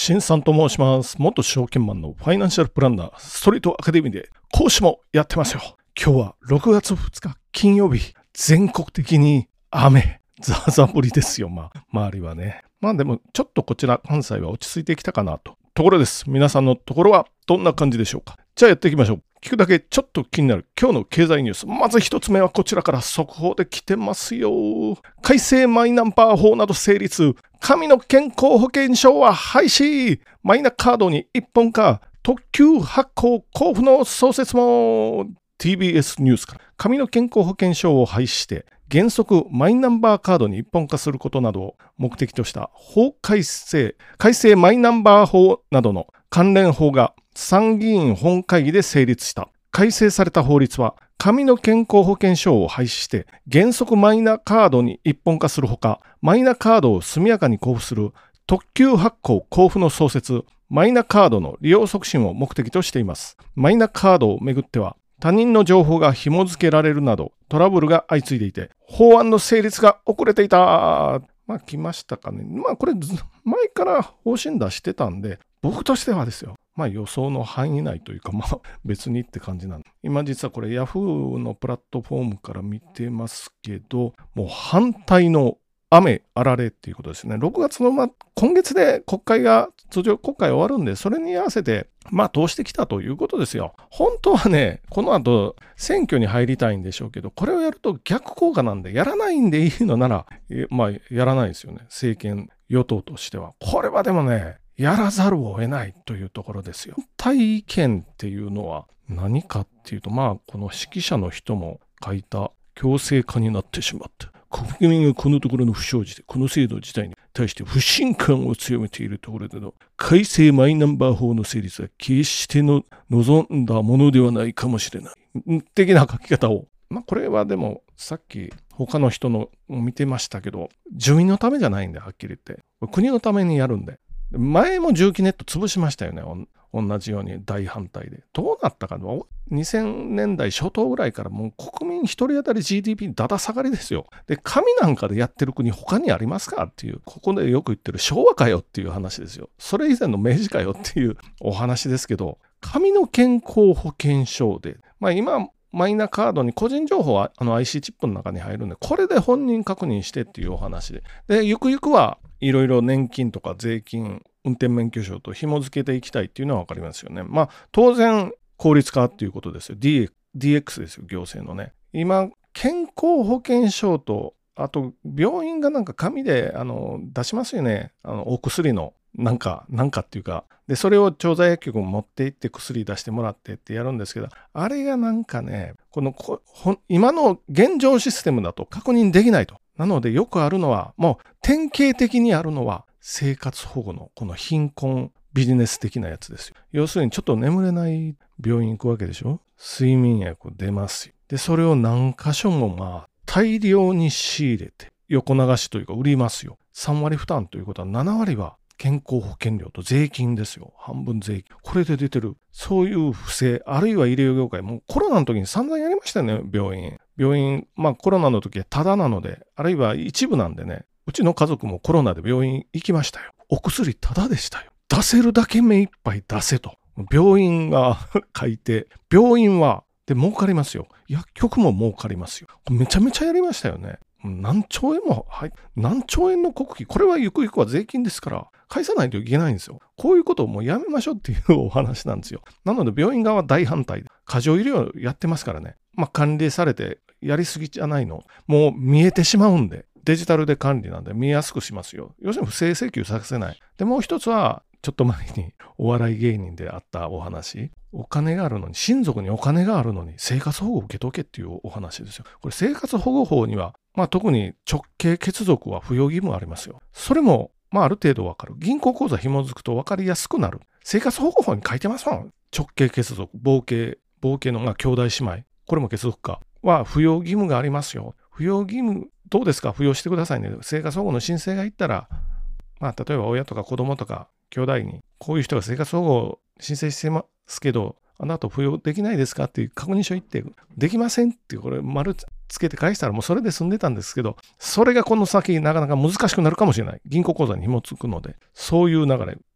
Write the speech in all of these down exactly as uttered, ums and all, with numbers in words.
新さんと申します。元証券マンのファイナンシャルプランナー、ストリートアカデミーで講師もやってますよ。今日はろくがつふつか金曜日、全国的に雨、ザーザー降りですよ。まあ、周りはね。まあでも、ちょっとこちら、関西は落ち着いてきたかなと。ところです。皆さんのところはどんな感じでしょうか。じゃあやっていきましょう。聞くだけちょっと気になる今日の経済ニュース。まず一つ目はこちらから速報で来てますよ。改正マイナンバー法など成立。紙の健康保険証は廃止。マイナカードに一本化。特急発行交付の創設も。 ティービーエス ニュースから。紙の健康保険証を廃止して原則マイナンバーカードに一本化することなどを目的とした法改正、改正マイナンバー法などの関連法が参議院本会議で成立した。改正された法律は紙の健康保険証を廃止して原則マイナカードに一本化するほか、マイナカードを速やかに交付する特急発行交付の創設、マイナカードの利用促進を目的としています。マイナカードをめぐっては他人の情報が紐付けられるなどトラブルが相次いでいて、法案の成立が遅れていた。まあ来ましたかね。まあこれ前から方針出してたんで、僕としてはですよ、まあ予想の範囲内というか、まあ別にって感じなんで。今実はこれ Yahoo のプラットフォームから見てますけど、もう反対の雨あられっていうことですね。ろくがつの、まあ、今月で国会が、通常国会終わるんで、それに合わせて、まあ通してきたということですよ。本当はね、この後選挙に入りたいんでしょうけど、これをやると逆効果なんで、やらないんでいいのなら、まあやらないですよね。政権、与党としては。これはでもね、やらざるを得ないというところですよ。反対意見っていうのは何かっていうと、まあこの指揮者の人も書いた強制化になってしまった。国民がこのところの不祥事で、この制度自体に対して不信感を強めているところでの改正マイナンバー法の成立は決しての望んだものではないかもしれない。的な書き方を。まあこれはでもさっき他の人の見てましたけど、住民のためじゃないんで、はっきり言って。国のためにやるんで。前も重機ネット潰しましたよね。同じように大反対で。どうなったかのにせんねんだい初頭ぐらいからもう国民一人当たり ジーディーピー だだ下がりですよ。で、紙なんかでやってる国他にありますかっていう、ここでよく言ってる昭和かよっていう話ですよ。それ以前の明治かよっていうお話ですけど、紙の健康保険証で、まあ今、マイナカードに個人情報はあの アイシー チップの中に入るんで、これで本人確認してっていうお話で。で、ゆくゆくはいろいろ年金とか税金、運転免許証と紐付けていきたいっていうのは分かりますよね。まあ当然効率化っていうことですよ。ディーエックス ですよ、行政のね。今、健康保険証と、あと病院がなんか紙であの出しますよね。あのお薬のなんか、なんかっていうか。で、それを調剤薬局に持って行って薬出してもらってってやるんですけど、あれがなんかね、このこ今の現状システムだと確認できないと。なのでよくあるのは、もう典型的にあるのは、生活保護のこの貧困ビジネス的なやつですよ。要するにちょっと眠れない病院行くわけでしょ。睡眠薬出ますよ。で、それを何箇所もまあ大量に仕入れて横流しというか売りますよ。さんわり負担ということはななわりは健康保険料と税金ですよ。半分税金。これで出てる。そういう不正、あるいは医療業界、もうコロナの時に散々やりましたよね、病院。病院、まあコロナの時はタダなので、あるいは一部なんでね、うちの家族もコロナで病院行きましたよ。お薬タダでしたよ。出せるだけ目いっぱい出せと。病院が書いて、病院は、で、儲かりますよ。薬局も儲かりますよ。めちゃめちゃやりましたよね。何兆円も、はい、何兆円の国費。これはゆくゆくは税金ですから、返さないといけないんですよ。こういうことをもうやめましょうっていうお話なんですよ。なので病院側は大反対で、過剰医療やってますからね。まあ管理されてやりすぎじゃないの。もう見えてしまうんで。デジタルで管理なんで見えやすくしますよ。要するに不正請求させない。で、もう一つは、ちょっと前にお笑い芸人であったお話。お金があるのに、親族にお金があるのに生活保護を受けとけっていうお話ですよ。これ生活保護法には、まあ特に直系血族は扶養義務ありますよ。それも、まあある程度わかる。銀行口座紐づくとわかりやすくなる。生活保護法に書いてますもん。直系血族、傍系、傍系のまあ兄弟姉妹。これも血族か。は扶養義務がありますよ。扶養義務、どうですか？扶養してくださいね。生活保護の申請がいったら、まあ、例えば親とか子供とか兄弟に、こういう人が生活保護を申請してますけど、あなた扶養できないですかっていう確認書言って、できませんってこれ丸つけて返したらもうそれで済んでたんですけど、それがこの先なかなか難しくなるかもしれない。銀行口座に紐つくので、そういう流れ。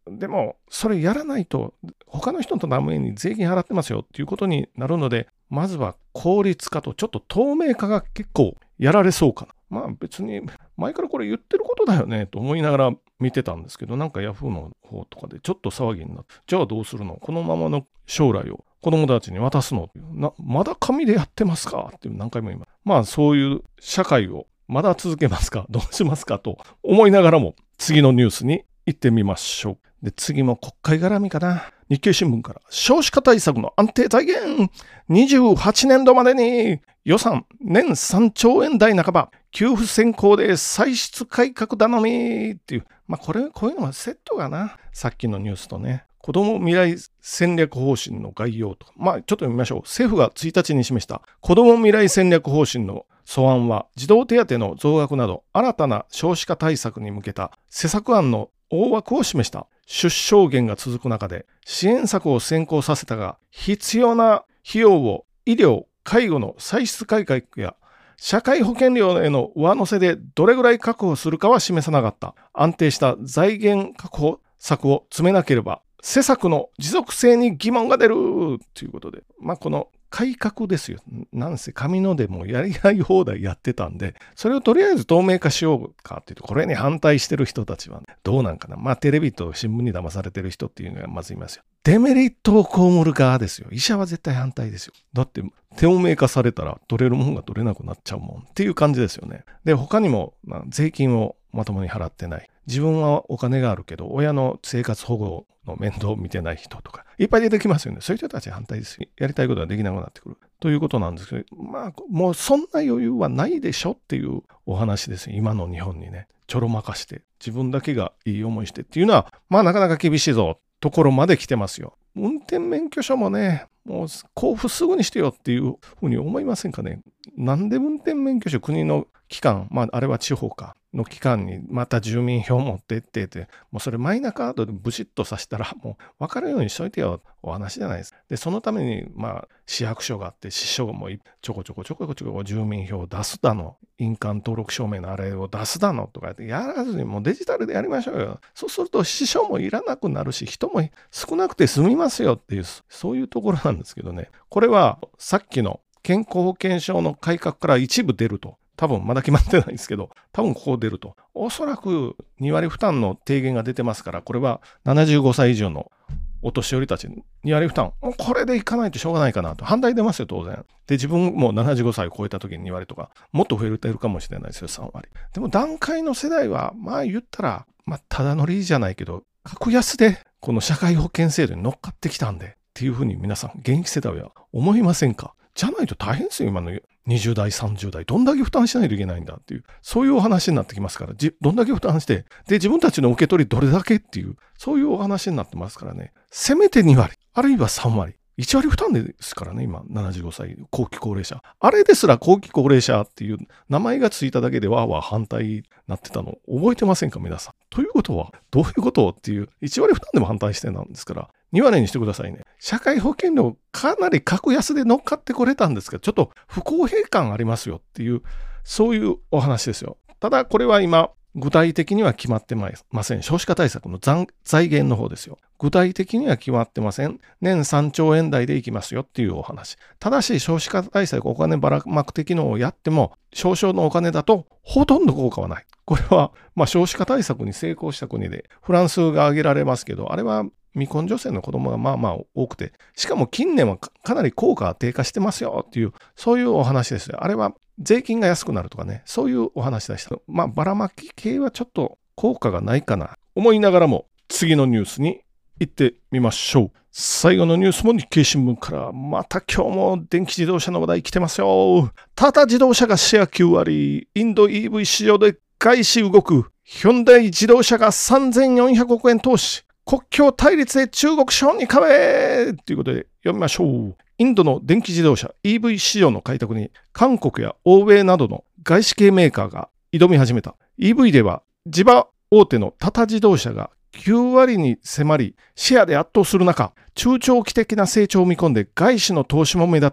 でもそれやらないと他の人のために税金払ってますよっていうことになるので、まずは効率化とちょっと透明化が結構やられそうかな。まあ別に前からこれ言ってることだよねと思いながら見てたんですけど、なんかヤフーの方とかでちょっと騒ぎになって、じゃあどうするの、このままの将来を子供たちに渡すのな、まだ紙でやってますかって何回も言います。まあそういう社会をまだ続けますか、どうしますかと思いながらも次のニュースに行ってみましょう。で、次も国会絡みかな。日経新聞から少子化対策の安定財源、にじゅうはちねんどまでに予算年さんちょうえん台半ば、給付先行で歳出改革頼みっていう、まあこれこういうのはセットかな。さっきのニュースとね。子ども未来戦略方針の概要とか、まあちょっと読みましょう。政府がついたちに示した子ども未来戦略方針の素案は、児童手当の増額など新たな少子化対策に向けた施策案の大枠を示した。出生減が続く中で支援策を先行させたが、必要な費用を医療・介護の歳出改革や社会保険料への上乗せでどれぐらい確保するかは示さなかった。安定した財源確保策を詰めなければ施策の持続性に疑問が出るということで、まあこの改革ですよ。なんせ紙のでもやりたい放題やってたんで、それをとりあえず透明化しようかっていうと、これに反対してる人たちは、ね、どうなんかな。まあテレビと新聞に騙されてる人っていうのがまずいますよ。デメリットを被る側ですよ。医者は絶対反対ですよ。だって透明化されたら取れるもんが取れなくなっちゃうもんっていう感じですよね。で、他にも、まあ、税金をまともに払ってない。自分はお金があるけど、親の生活保護の面倒を見てない人とか、いっぱい出てきますよね。そういう人たちは反対です。やりたいことができなくなってくる。ということなんですけど、まあ、もうそんな余裕はないでしょっていうお話です。今の日本にね、ちょろまかして、自分だけがいい思いしてっていうのは、まあなかなか厳しいぞ、ところまで来てますよ。運転免許証もね、もう交付すぐにしてよっていうふうに思いませんかね。なんで運転免許証国の機関、まああれは地方かの機関にまた住民票持ってってって、もうそれマイナカードでブシッとさせたらもう分かるようにしといてよお話じゃないです。で、そのためにまあ市役所があって、市長もちょこちょこちょこちょこ住民票を出すだの、印鑑登録証明のあれを出すだのとかやらずにもうデジタルでやりましょうよ。そうすると市長もいらなくなるし、人も少なくて済みますよっていう、そういうところなんですけどね。これはさっきの健康保険証の改革から一部出ると。多分まだ決まってないんですけど、多分ここ出ると。おそらくにわり負担の低減が出てますから、これはななじゅうごさい以上のお年寄りたちにわり負担、もうこれでいかないとしょうがないかなと。反対出ますよ、当然。で、自分もななじゅうごさいを超えた時ににわりとか、もっと増えてるかもしれないですよ、さんわり。でも段階の世代は、まあ言ったら、まあただ乗りじゃないけど、格安でこの社会保険制度に乗っかってきたんで、っていうふうに皆さん、現役世代は思いませんか？じゃないと大変ですよ、今のにじゅうだい、さんじゅうだい。どんだけ負担しないといけないんだっていう、そういうお話になってきますから、じどんだけ負担して、で、自分たちの受け取りどれだけっていう、そういうお話になってますからね。せめてにわり、あるいはさんわり。いちわり負担ですからね、今、ななじゅうごさい、後期高齢者。あれですら後期高齢者っていう名前がついただけでわーわー反対になってたの、覚えてませんか、皆さん。ということは、どういうことっていう、いちわり負担でも反対してなんですから、にわりにしてくださいね。社会保険料かなり格安で乗っかってこれたんですけど、ちょっと不公平感ありますよっていう、そういうお話ですよ。ただ、これは今、具体的には決まってません。少子化対策の財源の方ですよ。具体的には決まってません。年さんちょうえん台でいきますよっていうお話。ただし、少子化対策、お金ばらまく的のをやっても、少々のお金だとほとんど効果はない。これは、まあ、少子化対策に成功した国で、フランスが挙げられますけど、あれは未婚女性の子供がまあまあ多くて、しかも近年はかなり効果が低下してますよっていう、そういうお話ですよ。あれは税金が安くなるとかね、そういうお話でした。まあ、ばらまき系はちょっと効果がないかな、思いながらも、次のニュースに行ってみましょう。最後のニュースも日経新聞から、また今日も電気自動車の話題来てますよ。タタ自動車がシェアきゅうわり、インド イーブイ 市場で外資動く、ヒョンダイ自動車がさんぜんよんひゃくおくえん投資、国境対立で中国資本に壁ということで読みましょう。インドの電気自動車 イーブイ 市場の開拓に韓国や欧米などの外資系メーカーが挑み始めた。イーブイ では地場大手のタタ自動車がきゅうわりに迫りシェアで圧倒する中、中長期的な成長を見込んで外資の投資も目立ってきた。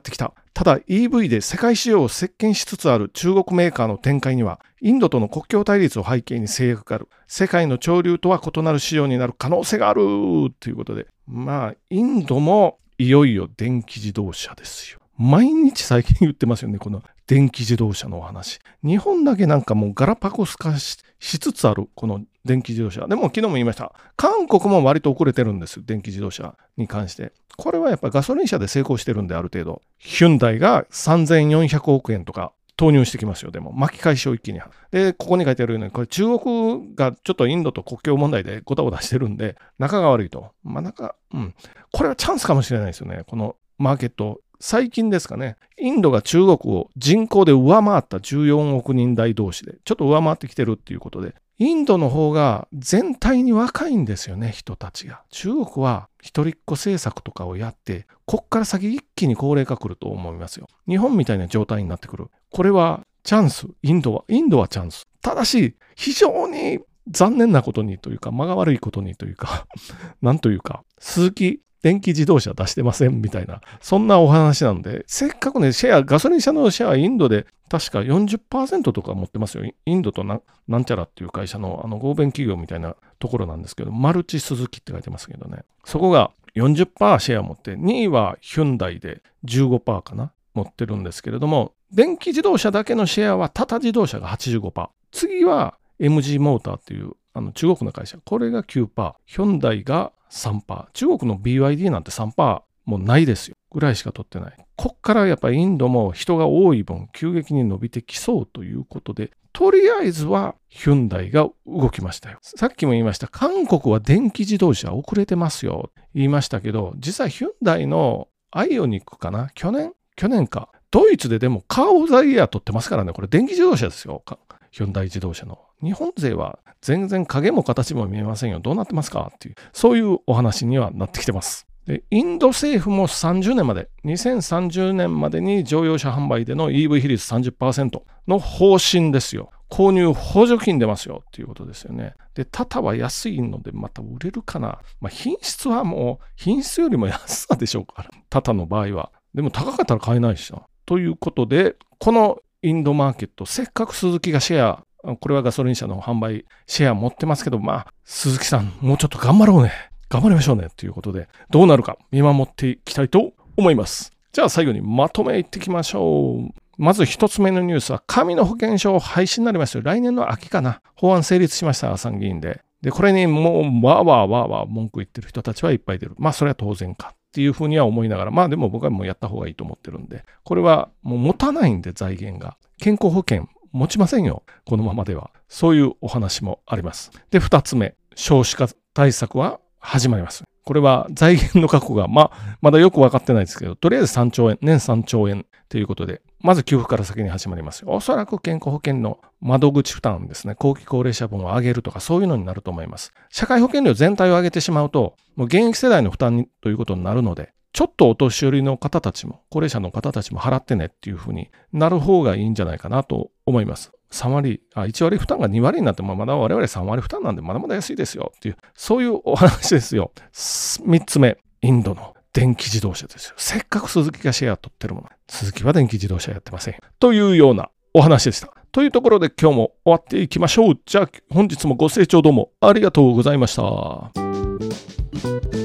ただ イーブイ で世界市場を席巻しつつある中国メーカーの展開には、インドとの国境対立を背景に制約がある。世界の潮流とは異なる市場になる可能性があるということで、まあ、インドもいよいよ電気自動車ですよ。毎日最近言ってますよね、この電気自動車のお話。日本だけなんかもうガラパゴス化 し, しつつあるこの電気自動車。でも昨日も言いました。韓国も割と遅れてるんですよ、電気自動車に関して。これはやっぱりガソリン車で成功してるんで、ある程度。ヒュンダイがさんぜんよんひゃくおくえんとか投入してきますよ。でも巻き返しを一気に。で、ここに書いてあるように、これ中国がちょっとインドと国境問題でごたごたしてるんで、仲が悪いと。まあなんか、うん。これはチャンスかもしれないですよね。このマーケット。最近ですかね、インドが中国を人口で上回ったじゅうよんおくにん台同士で、ちょっと上回ってきてるっていうことで、インドの方が全体に若いんですよね、人たちが。中国は一人っ子政策とかをやって、こっから先一気に高齢化来ると思いますよ。日本みたいな状態になってくる。これはチャンス。インドは、インドはチャンス。ただし、非常に残念なことにというか、間が悪いことにというか、なんというか、鈴木、電気自動車出してませんみたいな、そんなお話なんで、せっかくね、シェア、ガソリン車のシェア、インドで確か よんじゅっパーセント とか持ってますよ。インドとななんちゃらっていう会社のあの合弁企業みたいなところなんですけど、マルチスズキって書いてますけどね。そこが よんじゅっパーセント シェア持って、にいはヒュンダイで じゅうごパーセント かな持ってるんですけれども、電気自動車だけのシェアはタタ自動車が はちじゅうごパーセント。次は エムジー モーターっていうあの中国の会社。これが きゅうパーセント。ヒョンダイがさんパーセント。中国の ビーワイディー なんて さんパーセント もないですよ。ぐらいしか取ってない。こっからやっぱりインドも人が多い分急激に伸びてきそうということで、とりあえずはヒュンダイが動きましたよ。さっきも言いました。韓国は電気自動車遅れてますよ。言いましたけど、実はヒュンダイのアイオニックかな去年去年か。ドイツででもカーオブザイヤー取ってますからね。これ電気自動車ですよ。ヒュンダイ自動車の。日本勢は全然影も形も見えませんよ。どうなってますかっていう、そういうお話にはなってきてます。で、インド政府もさんじゅうねんまで、にせんさんじゅうねんまでに乗用車販売での イーブイ 比率 さんじゅっパーセント の方針ですよ。購入補助金出ますよっていうことですよね。で、タタは安いのでまた売れるかな。まあ、品質はもう品質よりも安さでしょうから。タタの場合は。でも高かったら買えないしな。ということで、このインドマーケット、せっかく鈴木がシェア、これはガソリン車の販売シェア持ってますけど、まあ、鈴木さん、もうちょっと頑張ろうね。頑張りましょうね。ということで、どうなるか見守っていきたいと思います。じゃあ最後にまとめいってきましょう。まず一つ目のニュースは、紙の保険証廃止になりますよ。来年の秋かな。法案成立しました、参議院で。で、これにもう、わーわーわーわー文句言ってる人たちはいっぱい出る。まあ、それは当然か。っていうふうには思いながら、まあでも僕はもうやった方がいいと思ってるんで、これはもう持たないんで財源が。健康保険持ちませんよ。このままでは。そういうお話もあります。で、二つ目、少子化対策は始まります。これは財源の確保が、まあ、まだよく分かってないですけど、とりあえずさんちょうえん、年さんちょうえんということで、まず給付から先に始まりますよ。おそらく健康保険の窓口負担ですね、後期高齢者分を上げるとかそういうのになると思います。社会保険料全体を上げてしまうと、もう現役世代の負担ということになるので、ちょっとお年寄りの方たちも、高齢者の方たちも払ってねっていうふうになる方がいいんじゃないかなと思います。さん割、あ、いち割負担がに割になっても、まだ我々さん割負担なんでまだまだ安いですよっていう、そういうお話ですよ。みっつめ、インドの電気自動車ですよ。せっかく鈴木がシェア取ってるもの。鈴木は電気自動車やってません。というようなお話でした。というところで今日も終わっていきましょう。じゃあ本日もご清聴どうもありがとうございました。